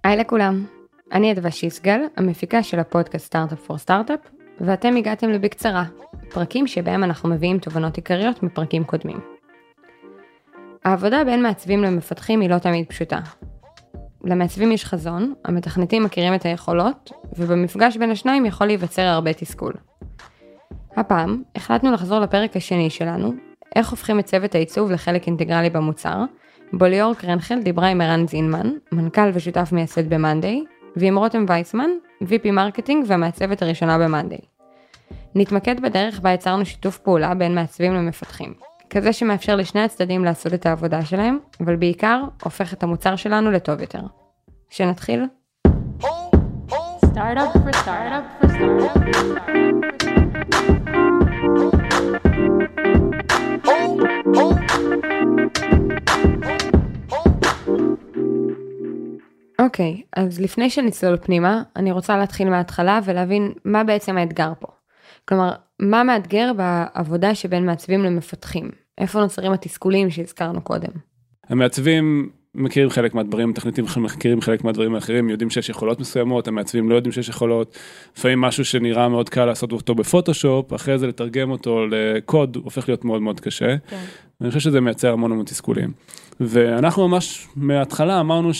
היי לכולם, אני אדווה שיסגל, המפיקה של הפודקאסט סטארט-אפ פור סטארט-אפ, ואתם הגעתם לבקצרה, פרקים שבהם אנחנו מביאים תובנות עיקריות מפרקים קודמים. העבודה בין מעצבים למפתחים היא לא תמיד פשוטה. למעצבים יש חזון, המתכנתים מכירים את היכולות, ובמפגש בין השניים יכול להיווצר הרבה תסכול. הפעם החלטנו לחזור לפרק השני שלנו, איך הופכים את צוות העיצוב לחלק אינטגרלי במוצר, בו ליאור קרנחל דיברה עם ערן זינמן, מנכ"ל ושותף מייסד במאנדיי, ועם רותם וייסמן, VP מרקטינג והמעצבת הראשונה במאנדיי. נתמקד בדרך בה יצרנו שיתוף פעולה בין מעצבים למפתחים, כזה שמאפשר לשני הצדדים לעשות את העבודה שלהם, אבל בעיקר הופך את המוצר שלנו לטוב יותר. שנתחיל? Startup for startup for startup for אוקיי, אז לפני שנצלול פנימה, אני רוצה להתחיל מההתחלה ולהבין מה בעצם האתגר פה. כלומר, מה מאתגר בעבודה שבין מעצבים למפתחים? איפה נוצרים התסכולים שהזכרנו קודם? המעצבים מכירים חלק מהדברים, מתכנתים מכירים חלק מהדברים האחרים, יודעים שיש יכולות מסוימות, המעצבים לא יודעים שיש יכולות, לפעמים משהו שנראה מאוד קל לעשות אותו בפוטושופ, אחרי זה לתרגם אותו לקוד, הופך להיות מאוד מאוד קשה. כן. אני חושב שזה מייצר המון תסכולים. ואנחנו ממש מההתחלה אמרנו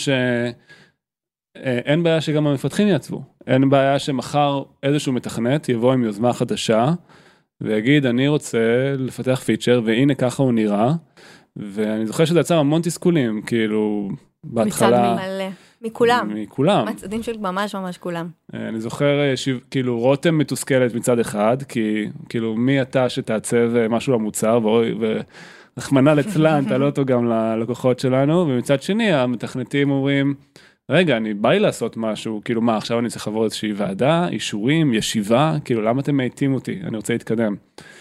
אין בעיה שגם המפתחים יעצבו. אין בעיה שמחר איזשהו מתכנת יבוא עם יוזמה חדשה, ויגיד, אני רוצה לפתח פיצ'ר, והנה ככה הוא נראה, ואני זוכר שזה יצר המון תסכולים, כאילו, בהתחלה. מצד מלא. מכולם. מכולם. מצדים של ממש כולם. אני זוכר, כאילו, רותם מתוסכלת מצד אחד, כי, כאילו, מי אתה שתעצב משהו למוצר, ורחמנא ליצלן, תעלה אותו גם ללקוחות שלנו, ומצד שני, המתכנתים אומרים, רגע, אני בא לי לעשות משהו, כאילו מה, עכשיו אני צריך לעבור איזושהי ועדה, אישורים, ישיבה, כאילו למה אתם מאיטים אותי? אני רוצה להתקדם.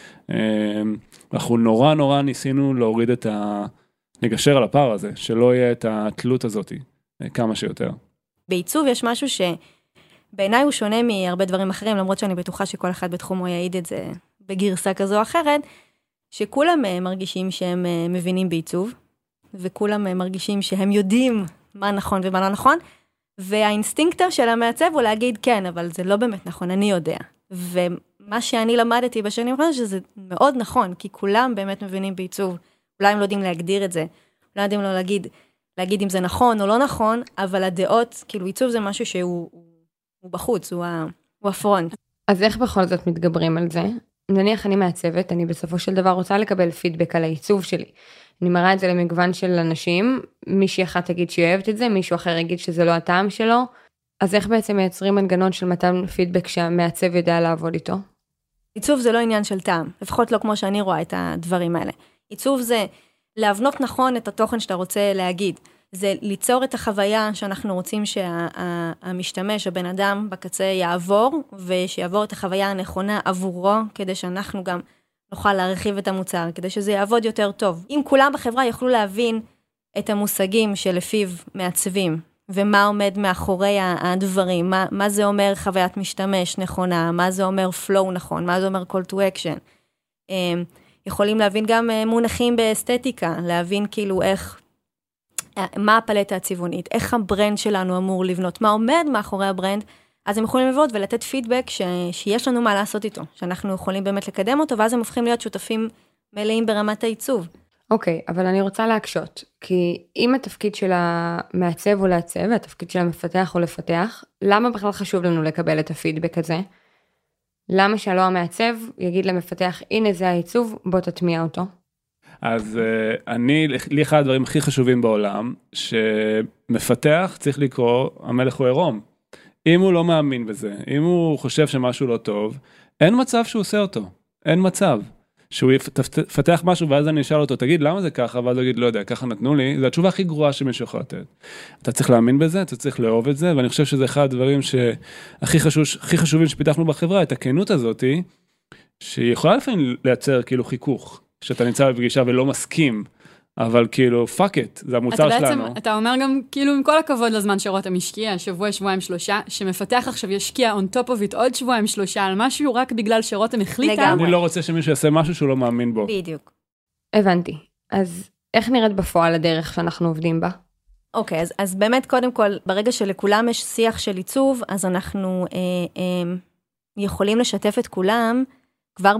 אנחנו נורא ניסינו להוריד נגשר על הפער הזה, שלא יהיה את התלות הזאת, כמה שיותר. בעיצוב יש משהו שבעיניי הוא שונה מהרבה דברים אחרים, למרות שאני בטוחה שכל אחד בתחומו יעיד את זה בגרסה כזו או אחרת, שכולם מרגישים שהם מבינים בעיצוב, וכולם מרגישים שהם יודעים מה נכון ומה לא נכון, והאינסטינקטר של המעצב הוא להגיד כן, אבל זה לא באמת נכון, אני יודע. ומה שאני למדתי בשנים האחרונות שזה מאוד נכון, כי כולם באמת מבינים בעיצוב, אולי הם לא יודעים להגדיר את זה, אולי יודעים לא להגיד אם זה נכון או לא נכון, אבל הדעות, כאילו עיצוב זה משהו שהוא בחוץ, הוא הפרונט. אז איך בכל זאת מתגברים על זה? נניח אני מעצבת, אני בסופו של דבר רוצה לקבל פידבק על העיצוב שלי. אני מראה את זה למגוון של אנשים, מישהי אחת תגיד שהיא אוהבת את זה, מישהו אחר יגיד שזה לא הטעם שלו, אז איך בעצם מייצרים מנגנון של מתן פידבק שהמעצב יודע לעבוד איתו? עיצוב זה לא עניין של טעם, לפחות לא כמו שאני רואה את הדברים האלה. עיצוב זה להבנות נכון את התוכן שאתה רוצה להגיד, זה ליצור את החוויה שאנחנו רוצים שהמשתמש, הבן אדם בקצה יעבור, ושיעבור את החוויה הנכונה עבורו, כדי שאנחנו גם נוכל להרחיב את המוצר, כדי שזה יעבוד יותר טוב. אם כולם בחברה יוכלו להבין את המושגים שלפיו מעצבים, ומה עומד מאחורי הדברים, מה זה אומר חוויית משתמש נכונה, מה זה אומר flow נכון, מה זה אומר call to action. יכולים להבין גם מונחים באסתטיקה, להבין כאילו מה הפלטה הצבעונית, איך הברנד שלנו אמור לבנות, מה עומד מאחורי הברנד, אז הם יכולים לבוא ולתת פידבק שיש לנו מה לעשות איתו, שאנחנו יכולים באמת לקדם אותו, ואז הם הופכים להיות שותפים מלאים ברמת העיצוב. אוקיי, אבל אני רוצה להקשות, כי אם התפקיד של המעצב הוא לעצב, והתפקיד של המפתח הוא לפתח, למה בכלל חשוב לנו לקבל את הפידבק הזה? למה שלא המעצב יגיד למפתח, הנה זה העיצוב, בוא תטמיע אותו? אז לי אחד הדברים הכי חשובים בעולם, שמפתח צריך לקרוא, המלך הוא עירום. אם הוא לא מאמין בזה, אם הוא חושב שמשהו לא טוב, אין מצב שהוא עושה אותו. אין מצב. שהוא יפתח משהו, ואז אני אשאל אותו, תגיד, למה זה ככה? ואז הוא יגיד, לא יודע, ככה נתנו לי. זו התשובה הכי גרועה שמישהו יכול לתת. אתה צריך להאמין בזה, אתה צריך לאהוב את זה, ואני חושב שזה אחד הדברים הכי חשובים שפיתחנו בחברה, את הכנות הזאת, שהיא יכולה לפעמים לייצר כאילו חיכוך, שאתה נמצא בפגישה ולא מסכים, אבל כאילו, fuck it, זה המוצר שלנו. אתה אומר גם, כאילו, עם כל הכבוד לזמן שרותם השקיע, שבוע, שבועיים, 3, שמפתח עכשיו ישקיע on top of it עוד שבועיים, 3, על משהו רק בגלל שרותם החליטה. אני לא רוצה שמישהו יעשה משהו שהוא לא מאמין בו. בדיוק. הבנתי. אז איך נראית בפועל הדרך שאנחנו עובדים בה? אוקיי, אז באמת קודם כל, ברגע שלכולם יש שיח של עיצוב, אז אנחנו יכולים לשתף את כולם כבר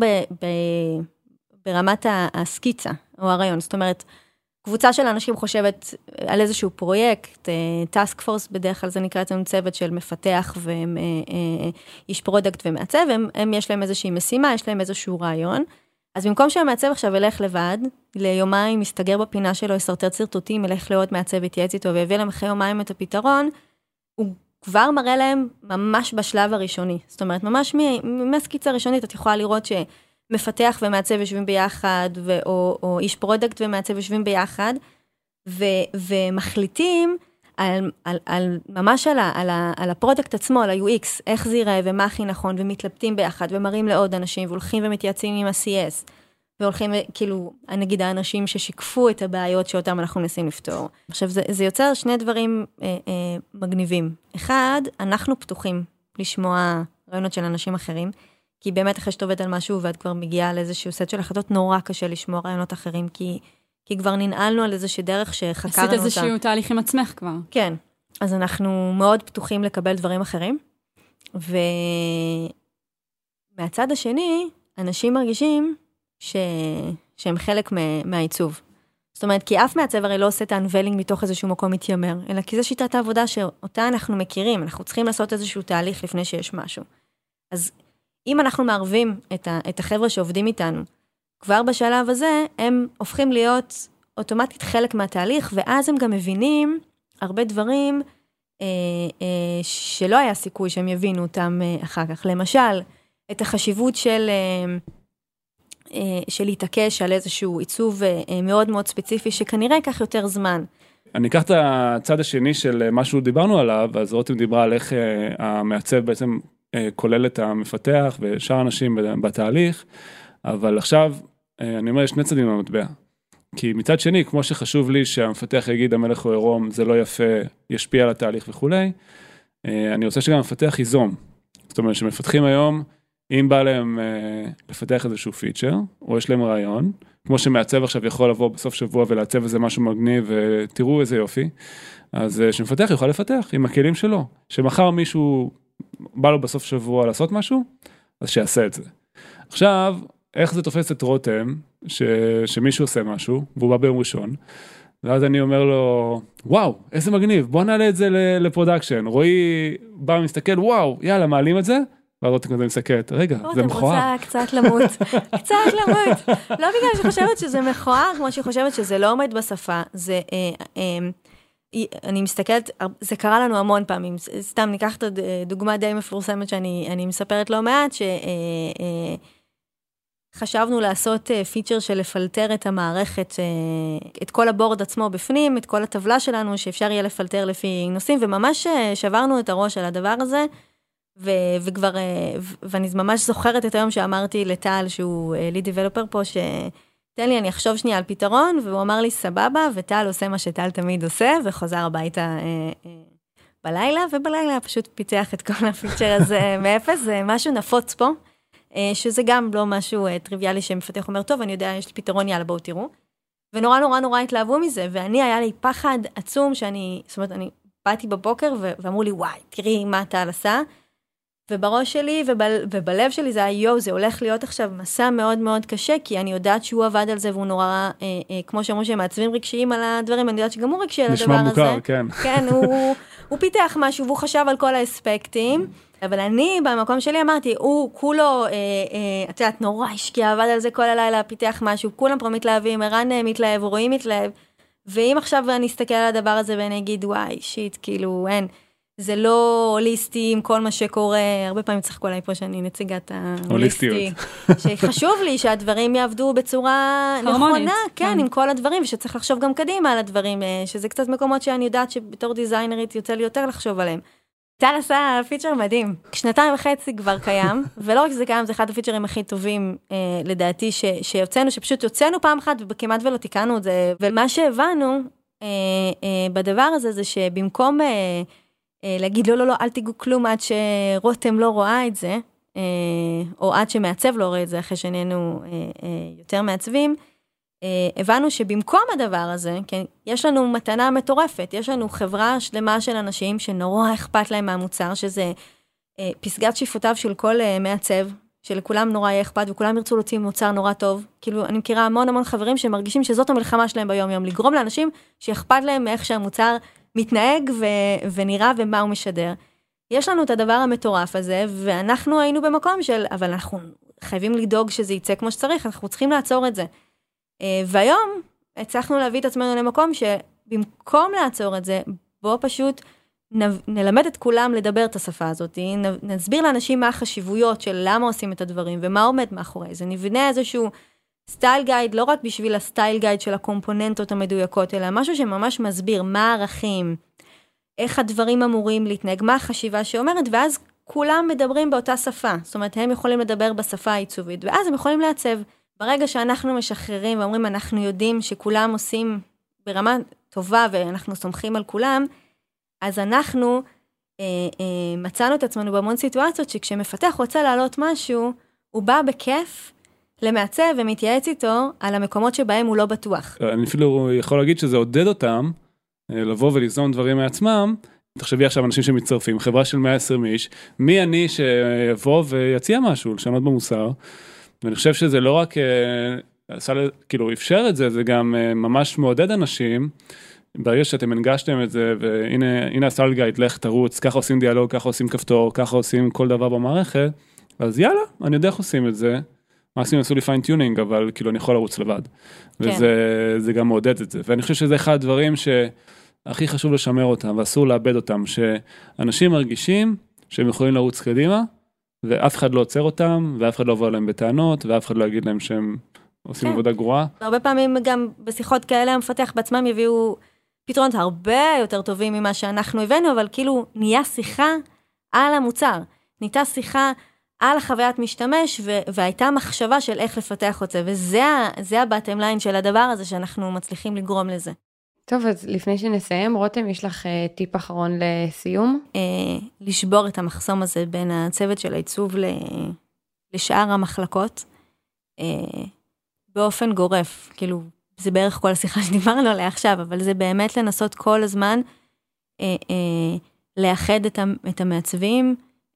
ברמת הסקיצה או הרעיון. זאת אומרת, קבוצה של אנשים חושבת על איזשהו פרויקט, טאסק פורס, בדרך כלל זה נקרא אצלנו צוות של מפתח ואיש פרודקט ומעצב, הם יש להם איזושהי משימה, יש להם איזשהו רעיון, אז במקום שהמעצב עכשיו ילך לבד, ליומיים מסתגר בפינה שלו, יסרטר סרטוטים, ילך לעוד מעצב, יתייעץ איתו, ויביא להם אחרי יומיים את הפתרון, הוא כבר מראה להם ממש בשלב הראשוני. זאת אומרת, ממש מהסקיצה הראשונית, את יכולה לראות שמפתח ומעצב יושבים ביחד, או איש פרודקט ומעצב יושבים ביחד, ומחליטים ממש על הפרודקט עצמו, על ה-UX, איך זה ייראה ומה הכי נכון, ומתלבטים ביחד, ומראים לעוד אנשים, והולכים ומתייעצים עם ה-CS, והולכים, כאילו, נגיד האנשים ששיקפו את הבעיות שאותם אנחנו מנסים לפתור. עכשיו, זה יוצר שני דברים מגניבים. אחד, אנחנו פתוחים לשמוע רעיונות של אנשים אחרים, כי באמת אחרי שאת עובדת על משהו, ואת כבר מגיעה לאיזשהו סט של החלטות, נורא קשה לשמוע רעיונות אחרים, כי כבר ננעלנו על איזושהי דרך שחקרנו אותה. עשית איזשהו תהליך עם עצמך כבר. כן. אז אנחנו מאוד פתוחים לקבל דברים אחרים, ומהצד השני, אנשים מרגישים שהם חלק מהעיצוב. זאת אומרת, כי אף מעצב הרי לא עושה את האנבלינג מתוך איזשהו מקום מתיימר, אלא כי זו שיטת העבודה שאותה אנחנו מכירים, אנחנו צריכים לעשות איזשהו תהליך לפני שיש משהו. אז אם אנחנו מערבים את החבר'ה שעובדים איתנו, כבר בשלב הזה, הם הופכים להיות אוטומטית חלק מהתהליך, ואז הם גם מבינים הרבה דברים שלא היה סיכוי שהם יבינו אותם אחר כך. למשל, את החשיבות של להתעקש על איזשהו עיצוב מאוד מאוד ספציפי, שכנראה ייקח יותר זמן. אני אקח את הצד השני של משהו דיברנו עליו, אז רותם דיברה על איך המעצב בעצם כולל את המפתח ושאר אנשים בתהליך, אבל עכשיו אני אומר, יש שני צדדים במטבע. כי מצד שני, כמו שחשוב לי שהמפתח יגיד, המלך הוא עירום, זה לא יפה, ישפיע על התהליך וכולי, אני רוצה שגם המפתח ייזום. זאת אומרת, שמפתחים היום, אם בא להם לפתח איזשהו פיצ'ר, או יש להם רעיון, כמו שמעצב עכשיו יכול לבוא בסוף שבוע ולעצב איזה משהו מגניב, ותראו איזה יופי, אז שמפתח יוכל לפתח עם הכלים שלו. שמחר מישהו בא לו בסוף שבוע לעשות משהו, אז שיעשה את זה. עכשיו, איך זה תופס את רותם, שמישהו עושה משהו, והוא בא ביום ראשון, ואז אני אומר לו, וואו, איזה מגניב, בוא נעלה את זה לפרודקשן. רועי בא ומסתכל, וואו, יאללה, מעלים את זה? ואז רותם כזה מסתכלת, רגע, זה מכוער. רוצה קצת למות, קצת למות. לא בגלל שחושבת שזה מכוער, כמו שהיא חושבת שזה לא עומד בשפה, זה... אני מסתכלת, זה קרה לנו המון פעמים, סתם ניקח את הדוגמה די מפורסמת שאני מספרת לא מעט, חשבנו לעשות פיצ'ר של לפלטר את המערכת, את כל הבורד עצמו בפנים, את כל הטבלה שלנו, שאפשר יהיה לפלטר לפי נושאים, וממש שברנו את הראש על הדבר הזה, וכבר, ואני ממש זוכרת את היום שאמרתי לטל, שהוא ליד דיבלופר פה, תן לי, אני אחשוב שנייה על פתרון, והוא אמר לי סבבה, וטל עושה מה שטל תמיד עושה, וחוזר הביתה בלילה, ובלילה פשוט פיתח את כל הפיצ'ר הזה מאפס, זה משהו נפוץ פה, שזה גם לא משהו טריוויאלי שמפתח אומר, טוב, אני יודע, יש לי פתרון, יאללה, בואו תראו. ונורא נורא נורא התלהבו מזה, ואני היה לי פחד עצום שאני, זאת אומרת, אני באתי בבוקר ואמרו לי, וואי, תראי מה טל עשה, ובראש שלי ובלב שלי זה היה, זה הולך להיות עכשיו מסע מאוד מאוד קשה, כי אני יודעת שהוא עבד על זה, והוא נורא, כמו שאמרו שהם מעצבים רגשיים על הדברים, אני יודעת שגם הוא רגשי על הדבר הזה. נשמע מוכר, כן. כן, הוא פיתח משהו, והוא חשב על כל האספקטים, אבל אני במקום שלי אמרתי, הוא כולו, את יודעת, נורא השקיע, עבד על זה כל הלילה, פיתח משהו, כולם פה מתלהבים, ערן מתלהב, רואים מתלהב, ואם עכשיו אני אסתכל על הדבר הזה ואני אגיד, וואי, שיט, כאילו, אין. זה לא הוליסטי עם כל מה שקורה, הרבה פעמים צחקו עליי פה שאני נציגת ההוליסטי, שחשוב לי שהדברים יעבדו בצורה נכונה, כן, עם כל הדברים, ושצריך לחשוב גם קדימה על הדברים, שזה קצת מקומות שאני יודעת שבתור דיזיינרית יוצא לי יותר לחשוב עליהם. טל עשה פיצ'ר מדהים, 2.5 כבר קיים, ולא רק שזה קיים, זה אחד הפיצ'רים הכי טובים לדעתי שיוצאנו, שפשוט יוצאנו פעם אחת וכמעט ולא תיקנו את זה, ומה שהבנו בדבר הזה זה שבמקום להגיד לא, לא, לא, אל תיגעו כלום עד שרותם לא רואה את זה, או עד שמעצב לא רואה את זה, אחרי שנהיינו יותר מעצבים, הבנו שבמקום הדבר הזה, כן, יש לנו מתנה מטורפת, יש לנו חברה שלמה של אנשים שנורא אכפת להם מהמוצר, שזה פסגת שיפוטיו של כל מעצב, שלכולם נורא יהיה אכפת, וכולם ירצו להוציא מוצר נורא טוב. כאילו, אני מכירה המון חברים שמרגישים שזאת המלחמה שלהם ביום-יום, לגרום לאנשים שאכפת להם מאיך שהמוצר מתנהג ונראה ומה הוא משדר. יש לנו את הדבר המטורף הזה, ואנחנו היינו במקום של, אבל אנחנו חייבים לדאוג שזה יצא כמו שצריך, אנחנו צריכים לעצור את זה. והיום הצלחנו להביא את עצמנו למקום שבמקום לעצור את זה, בוא פשוט נלמד את כולם לדבר את השפה הזאת, נסביר לאנשים מה החשיבויות של למה עושים את הדברים ומה עומד מאחורי זה, נבנה איזשהו סטייל גייד, לא רק בשביל הסטייל גייד של הקומפוננטות המדויקות, אלא משהו שממש מסביר מה הערכים, איך הדברים אמורים להתנהג, מה החשיבה שאומרת, ואז כולם מדברים באותה שפה, זאת אומרת, הם יכולים לדבר בשפה העיצובית, ואז הם יכולים לעצב. ברגע שאנחנו משחררים ואומרים, אנחנו יודעים שכולם עושים ברמה טובה, ואנחנו סומכים על כולם, אז אנחנו מצאנו את עצמנו בהמון סיטואציות, שכשמפתח רוצה לעלות משהו, הוא בא בכיף למעצב ומתייעץ איתו על המקומות שבהם הוא לא בטוח. אני אפילו יכול להגיד שזה עודד אותם, לבוא וליזום דברים מעצמם. תחשבי עכשיו אנשים שמצטרפים, חברה של 120 איש, מי אני שיבוא ויציע משהו, לשנות במוסר, ואני חושב שזה לא רק, כאילו אפשר את זה, זה גם ממש מעודד אנשים, ברגע שאתם הנגשתם את זה, והנה הסטייל גייד, לך תרוץ, ככה עושים דיאלוג, ככה עושים כפתור, ככה עושים כל דבר במערכת, אז יאללה, אני יודע איך עושים את זה, מקסימום עשו לי פיין-טיונינג, אבל כאילו אני יכול לרוץ לבד, וזה גם מעודד את זה, ואני חושב שזה אחד הדברים שהכי חשוב לשמר אותם, ואסור לאבד אותם, שאנשים מרגישים שהם יכולים לרוץ קדימה, ואף אחד לא עוצר אותם, ואף אחד לא עובר להם בטענות, ואף אחד לא יגיד להם שהם עושים עבודה גרועה. הרבה פעמים גם בשיחות כאלה המפתח בעצמם יביאו פתרונות הרבה יותר טובים ממה שאנחנו הבאנו, אבל כאילו נהיה שיחה על המוצר, נהייתה שיחה על החוויית משתמש, והייתה מחשבה של איך לפתח את זה, וזה הבטם ליין של הדבר הזה שאנחנו מצליחים לגרום לזה. טוב, אז לפני שנסיים, רותם, יש לך טיפ אחרון לסיום? לשבור את המחסום הזה בין הצוות של העיצוב לשאר המחלקות, באופן גורף, כאילו, זה בערך כל השיחה שדיברנו עליה עכשיו, אבל זה באמת לנסות כל הזמן לאחד את המעצבים,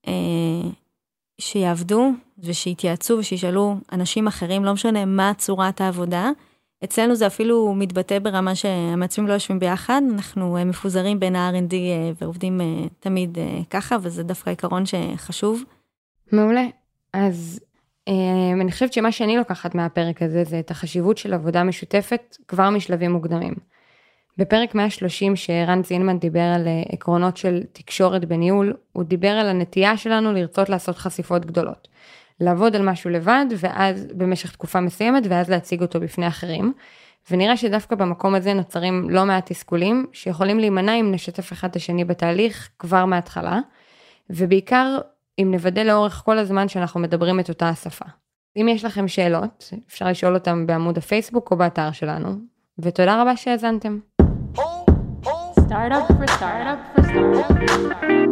שיעבדו ושיתייעצו ושישאלו אנשים אחרים, לא משנה מה צורת העבודה. אצלנו זה אפילו מתבטא ברמה שהמעצבים לא יושבים ביחד, אנחנו מפוזרים בין ה-R&D ועובדים תמיד ככה, וזה דווקא עיקרון שחשוב. מעולה. אז אני חושבת שמה שאני לוקחת מהפרק הזה, זה את החשיבות של עבודה משותפת כבר משלבים מוקדמים. בפרק 130 שרן זינמן דיבר על עקרונות של תקשורת בניהול, הוא דיבר על הנטייה שלנו לרצות לעשות חשיפות גדולות. לעבוד על משהו לבד, ואז במשך תקופה מסוימת, ואז להציג אותו בפני אחרים. ונראה שדווקא במקום הזה נוצרים לא מעט תסכולים, שיכולים להימנע אם נשתף אחד את השני בתהליך כבר מההתחלה, ובעיקר אם נוודא לאורך כל הזמן שאנחנו מדברים את אותה השפה. אם יש לכם שאלות, אפשר לשאול אותם בעמוד הפייסבוק או באתר שלנו, ותודה רבה שהאזנתם. Startup for startup for startup.